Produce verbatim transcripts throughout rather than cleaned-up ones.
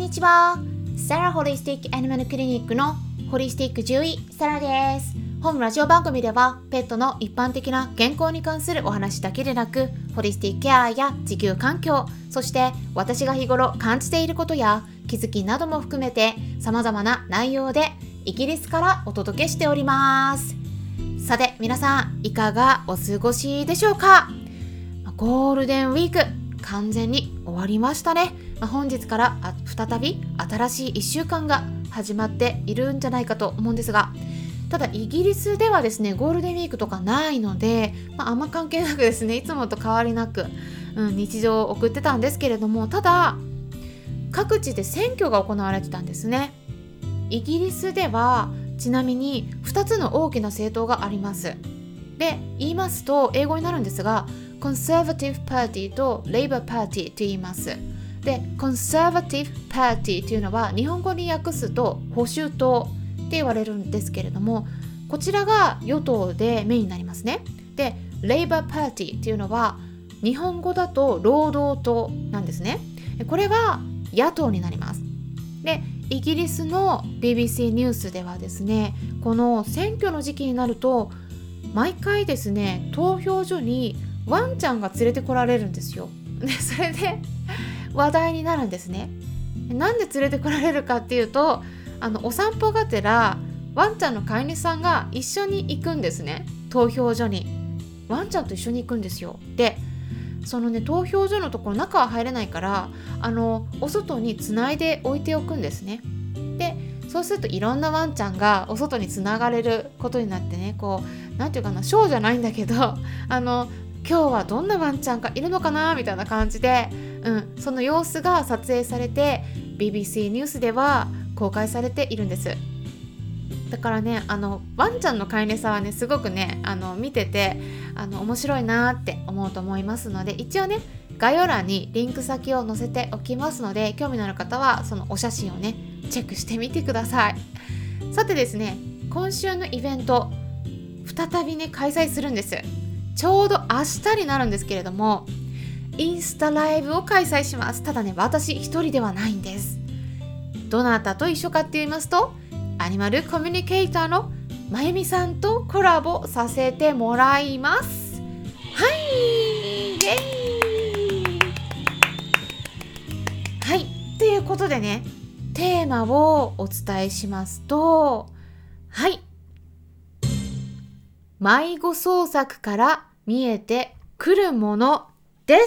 にちは。サラホリスティックアニマルクリニックのホリスティック獣医サラです。本ラジオ番組ではペットの一般的な健康に関するお話だけでなく、ホリスティックケアや地球環境、そして私が日頃感じていることや気づきなども含めて様々な内容でイギリスからお届けしております。さて皆さん、いかがお過ごしでしょうか。ゴールデンウィーク完全に終わりましたね。まあ、本日から再び新しいいっしゅうかんが始まっているんじゃないかと思うんですが、ただイギリスではですね、ゴールデンウィークとかないので、まあ、あんま関係なくですね、いつもと変わりなく、うん、日常を送ってたんですけれども、ただ各地で選挙が行われてたんですね。イギリスではちなみにふたつの大きな政党があります。で、言いますと英語になるんですが、コンサバティブパーティーとレイバーパーティーと言います。で、コンサバティブパーティーというのは日本語に訳すと保守党って言われるんですけれども、こちらが与党でメインになりますね。で、レイバーパーティーっていうのは日本語だと労働党なんですね。これは野党になります。で、イギリスの ビービーシー ニュースではですね、この選挙の時期になると毎回ですね、投票所にワンちゃんが連れてこられるんですよ。で、それで話題になるんですね。なんで連れてこられるかっていうと、あのお散歩がてらワンちゃんの飼い主さんが一緒に行くんですね。投票所にワンちゃんと一緒に行くんですよ。で、そのね、投票所のところ中は入れないから、あのお外につないで置いておくんですね。で、そうするといろんなワンちゃんがお外につながれることになってね、こうなんていうかな、ショーじゃないんだけど、あの今日はどんなワンちゃんがいるのかなみたいな感じで、うん、その様子が撮影されて ビービーシー ニュースでは公開されているんです。だからね、あのワンちゃんの飼い主さんはね、すごくね、あの見ててあの面白いなって思うと思いますので、一応ね、概要欄にリンク先を載せておきますので、興味のある方はそのお写真をねチェックしてみてください。さてですね、今週のイベント再びね開催するんです。ちょうど明日になるんですけれども、インスタライブを開催します。ただね、私一人ではないんです。どなたと一緒かって言いますと、アニマルコミュニケーターのまゆみさんとコラボさせてもらいます。はい、イエーイ。はい、ということでね、テーマをお伝えしますと、はい、迷子捜索から見えてくるものです。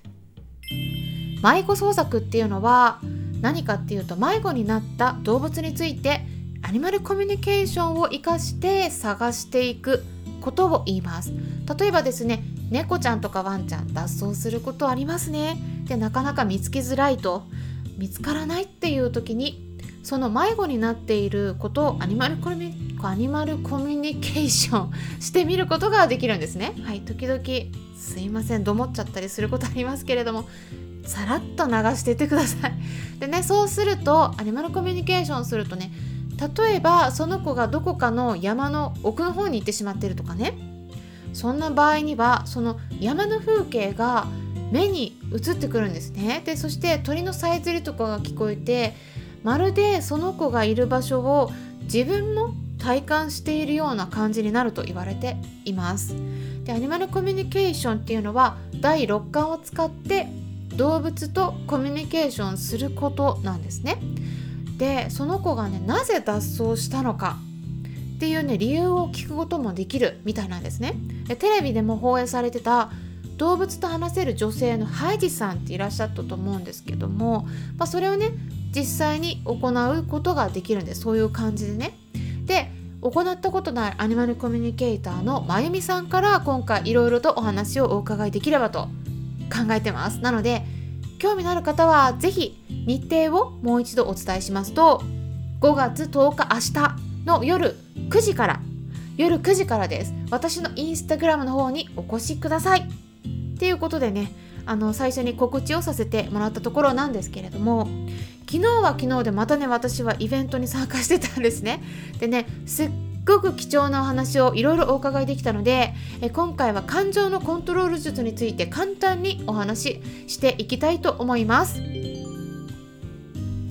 迷子捜索っていうのは何かっていうと、迷子になった動物についてアニマルコミュニケーションを生かして探していくことを言います。例えばですね、猫ちゃんとかワンちゃん脱走することありますね。で、なかなか見つけづらいと、見つからないっていう時に、その迷子になっていることをアニマルコミュ、アニマルコミュニケーションしてみることができるんですね。はい、時々すいません、どもっちゃったりすることありますけれども、さらっと流していってください。でね、そうするとアニマルコミュニケーションするとね、例えばその子がどこかの山の奥の方に行ってしまっているとかね、そんな場合にはその山の風景が目に映ってくるんですね。で、そして鳥のさえずりとかが聞こえて、まるでその子がいる場所を自分も体感しているような感じになると言われています。で、アニマルコミュニケーションっていうのは第六感を使って動物とコミュニケーションすることなんですね。で、その子がね、なぜ脱走したのかっていうね、理由を聞くこともできるみたいなんですね。で、テレビでも放映されてた動物と話せる女性のハイジさんっていらっしゃったと思うんですけども、まあ、それをね実際に行うことができるんです。そういう感じでね。で、行ったことのあるアニマルコミュニケーターのまゆみさんから今回いろいろとお話をお伺いできればと考えてます。なので興味のある方はぜひ日程をもう一度お伝えしますと、ごがつとおか明日の夜くじから夜くじからです。私のインスタグラムの方にお越しくださいっていうことでね、あの最初に告知をさせてもらったところなんですけれども、昨日は昨日でまたね、私はイベントに参加してたんですね。でね、すっごく貴重なお話をいろいろお伺いできたので、え今回は感情のコントロール術について簡単にお話ししていきたいと思います。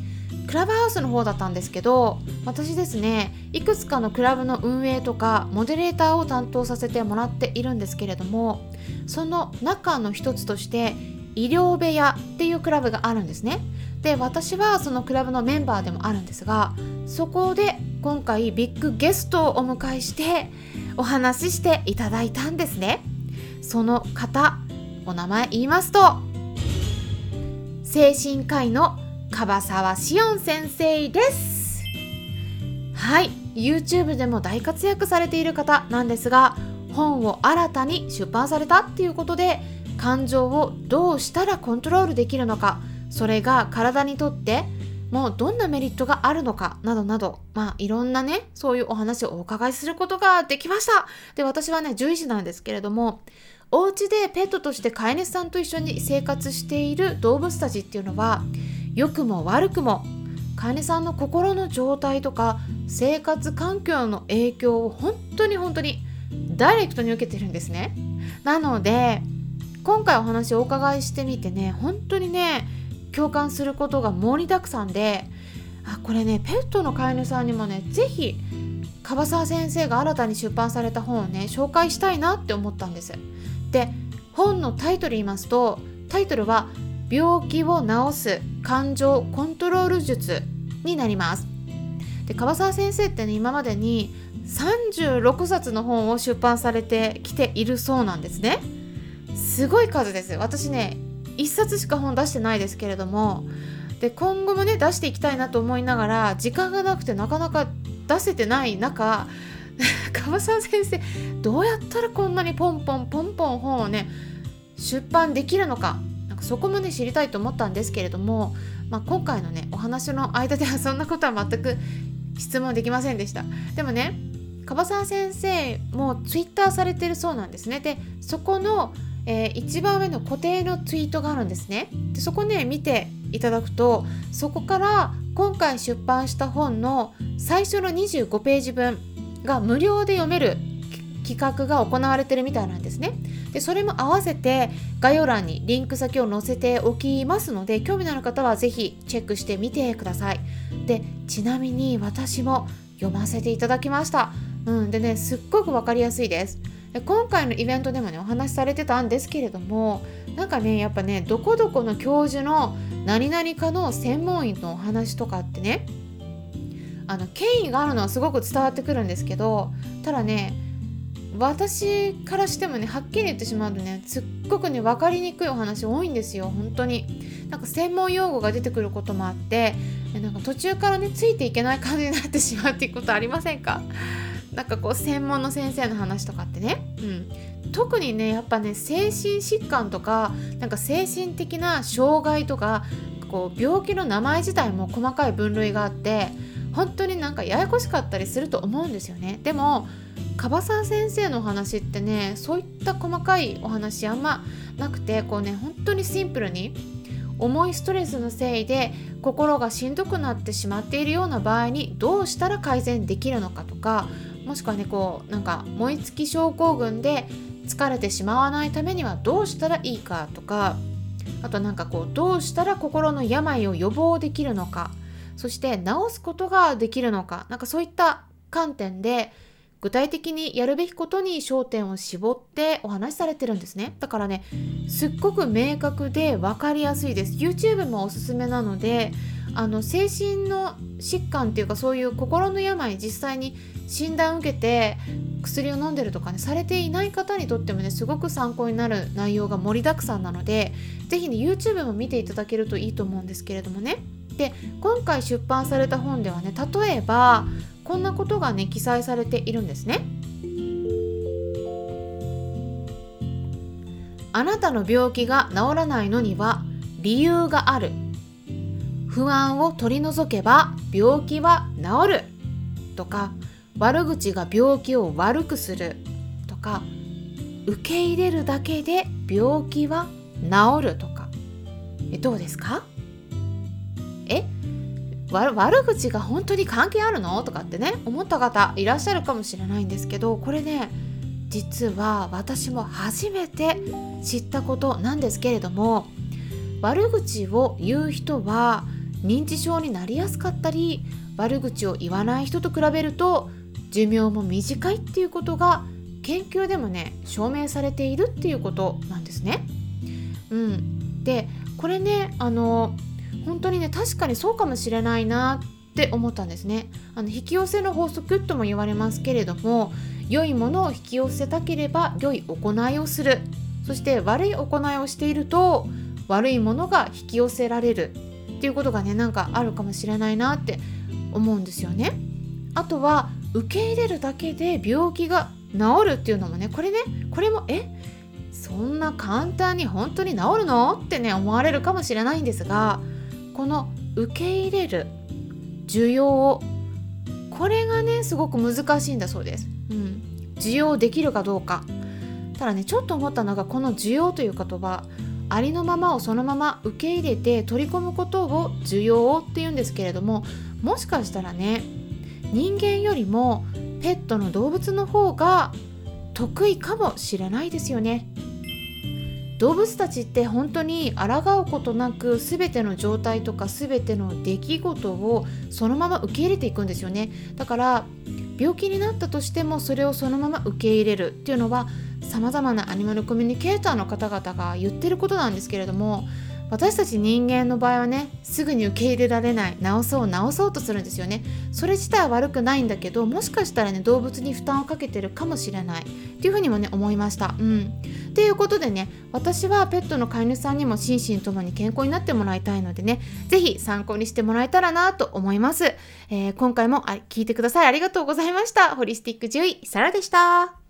クラブハウスの方だったんですけど、私ですね、いくつかのクラブの運営とかモデレーターを担当させてもらっているんですけれども、その中の一つとして医療部屋っていうクラブがあるんですね。で、私はそのクラブのメンバーでもあるんですが、そこで今回ビッグゲストをお迎えしてお話ししていただいたんですね。その方、お名前言いますと、精神科医の樺沢紫音先生です。はい、 YouTube でも大活躍されている方なんですが、本を新たに出版されたっていうことで、感情をどうしたらコントロールできるのか、それが体にとってもうどんなメリットがあるのかなどなど、まあいろんなね、そういうお話をお伺いすることができました。で、私はね、獣医師なんですけれども、お家でペットとして飼い主さんと一緒に生活している動物たちっていうのは、良くも悪くも飼い主さんの心の状態とか生活環境の影響を本当に本当にダイレクトに受けてるんですね。なので今回お話をお伺いしてみてね、本当にね、共感することが盛りだくさんで、あ、これね、ペットの飼い主さんにもね、ぜひ樺沢先生が新たに出版された本をね、紹介したいなって思ったんです。で、本のタイトル言いますと、タイトルは病気を治す感情コントロール術になります。で、樺沢先生ってね、今までにさんじゅうろくさつの本を出版されてきているそうなんですね。すごい数です。私ね、いっさつしか本出してないですけれども、で、今後もね、出していきたいなと思いながら、時間がなくてなかなか出せてない中、樺沢先生どうやったらこんなにポンポンポンポン本をね、出版できるのか、なんかそこもね、知りたいと思ったんですけれども、まあ、今回のね、お話の間ではそんなことは全く質問できませんでした。でもね、樺沢先生もツイッターされてるそうなんですね。で、そこのえー、一番上の固定のツイートがあるんですね。で、そこね、見ていただくと、そこから今回出版した本の最初のにじゅうごページぶんが無料で読める企画が行われてるみたいなんですね。で、それも合わせて概要欄にリンク先を載せておきますので、興味のある方はぜひチェックしてみてください。で、ちなみに私も読ませていただきました。うん、でね、すっごくわかりやすいです。で、今回のイベントでもね、お話しされてたんですけれども、なんかね、やっぱね、どこどこの教授の何々かの専門医のお話とかってね、あの権威があるのはすごく伝わってくるんですけど、ただね、私からしてもね、はっきり言ってしまうとね、すっごくね、分かりにくいお話多いんですよ。本当になんか専門用語が出てくることもあって、なんか途中からね、ついていけない感じになってしまうっていうことありませんか？なんかこう専門の先生の話とかってね、うん、特にね、やっぱね、精神疾患とか、なんか精神的な障害とか、こう病気の名前自体も細かい分類があって、本当になんかややこしかったりすると思うんですよね。でも樺沢先生のお話ってね、そういった細かいお話あんまなくて、こうね、本当にシンプルに、重いストレスのせいで心がしんどくなってしまっているような場合にどうしたら改善できるのかとか、もしくはね、こうなんか燃え尽き症候群で疲れてしまわないためにはどうしたらいいかとか、あとなんかこうどうしたら心の病を予防できるのか、そして治すことができるのか、なんかそういった観点で具体的にやるべきことに焦点を絞ってお話しされてるんですね。だからね、すっごく明確で分かりやすいです。 YouTube もおすすめなので、あの精神の疾患っていうか、そういう心の病、実際に診断を受けて薬を飲んでるとかね、されていない方にとってもね、すごく参考になる内容が盛りだくさんなので、ぜひね YouTube も見ていただけるといいと思うんですけれどもね。で、今回出版された本ではね、例えばこんなことがね、記載されているんですね。あなたの病気が治らないのには理由がある。不安を取り除けば病気は治る。とか、悪口が病気を悪くする。とか、受け入れるだけで病気は治る。とか、えどうですか？え悪, 悪口が本当に関係あるのとかってね、思った方いらっしゃるかもしれないんですけど、これね、実は私も初めて知ったことなんですけれども、悪口を言う人は認知症になりやすかったり、悪口を言わない人と比べると寿命も短いっていうことが研究でもね証明されているっていうことなんですね。うん、でこれねあの本当にね確かにそうかもしれないなって思ったんですね。あの引き寄せの法則とも言われますけれども、良いものを引き寄せたければ良い行いをする、そして悪い行いをしていると悪いものが引き寄せられるっていうことがねなんかあるかもしれないなって思うんですよね。あとは受け入れるだけで病気が治るっていうのもねこれねこれもえそんな簡単に本当に治るのってね思われるかもしれないんですが、この受け入れる受容、これがねすごく難しいんだそうです。うん、受容できるかどうか。ただねちょっと思ったのが、この受容という言葉、ありのままをそのまま受け入れて取り込むことを受容って言うんですけれども、もしかしたらね人間よりもペットの動物の方が得意かもしれないですよね。動物たちって本当に抗うことなく全ての状態とか全ての出来事をそのまま受け入れていくんですよね。だから病気になったとしてもそれをそのまま受け入れるっていうのはさまざまなアニマルコミュニケーターの方々が言ってることなんですけれども、私たち人間の場合はねすぐに受け入れられない、治そう治そうとするんですよね。それ自体は悪くないんだけど、もしかしたらね動物に負担をかけてるかもしれないっていうふうにもね思いました。うんっていうことでね、私はペットの飼い主さんにも心身ともに健康になってもらいたいのでね、ぜひ参考にしてもらえたらなと思います。えー、今回も聞いてくださいありがとうございました。ホリスティック獣医サラでした。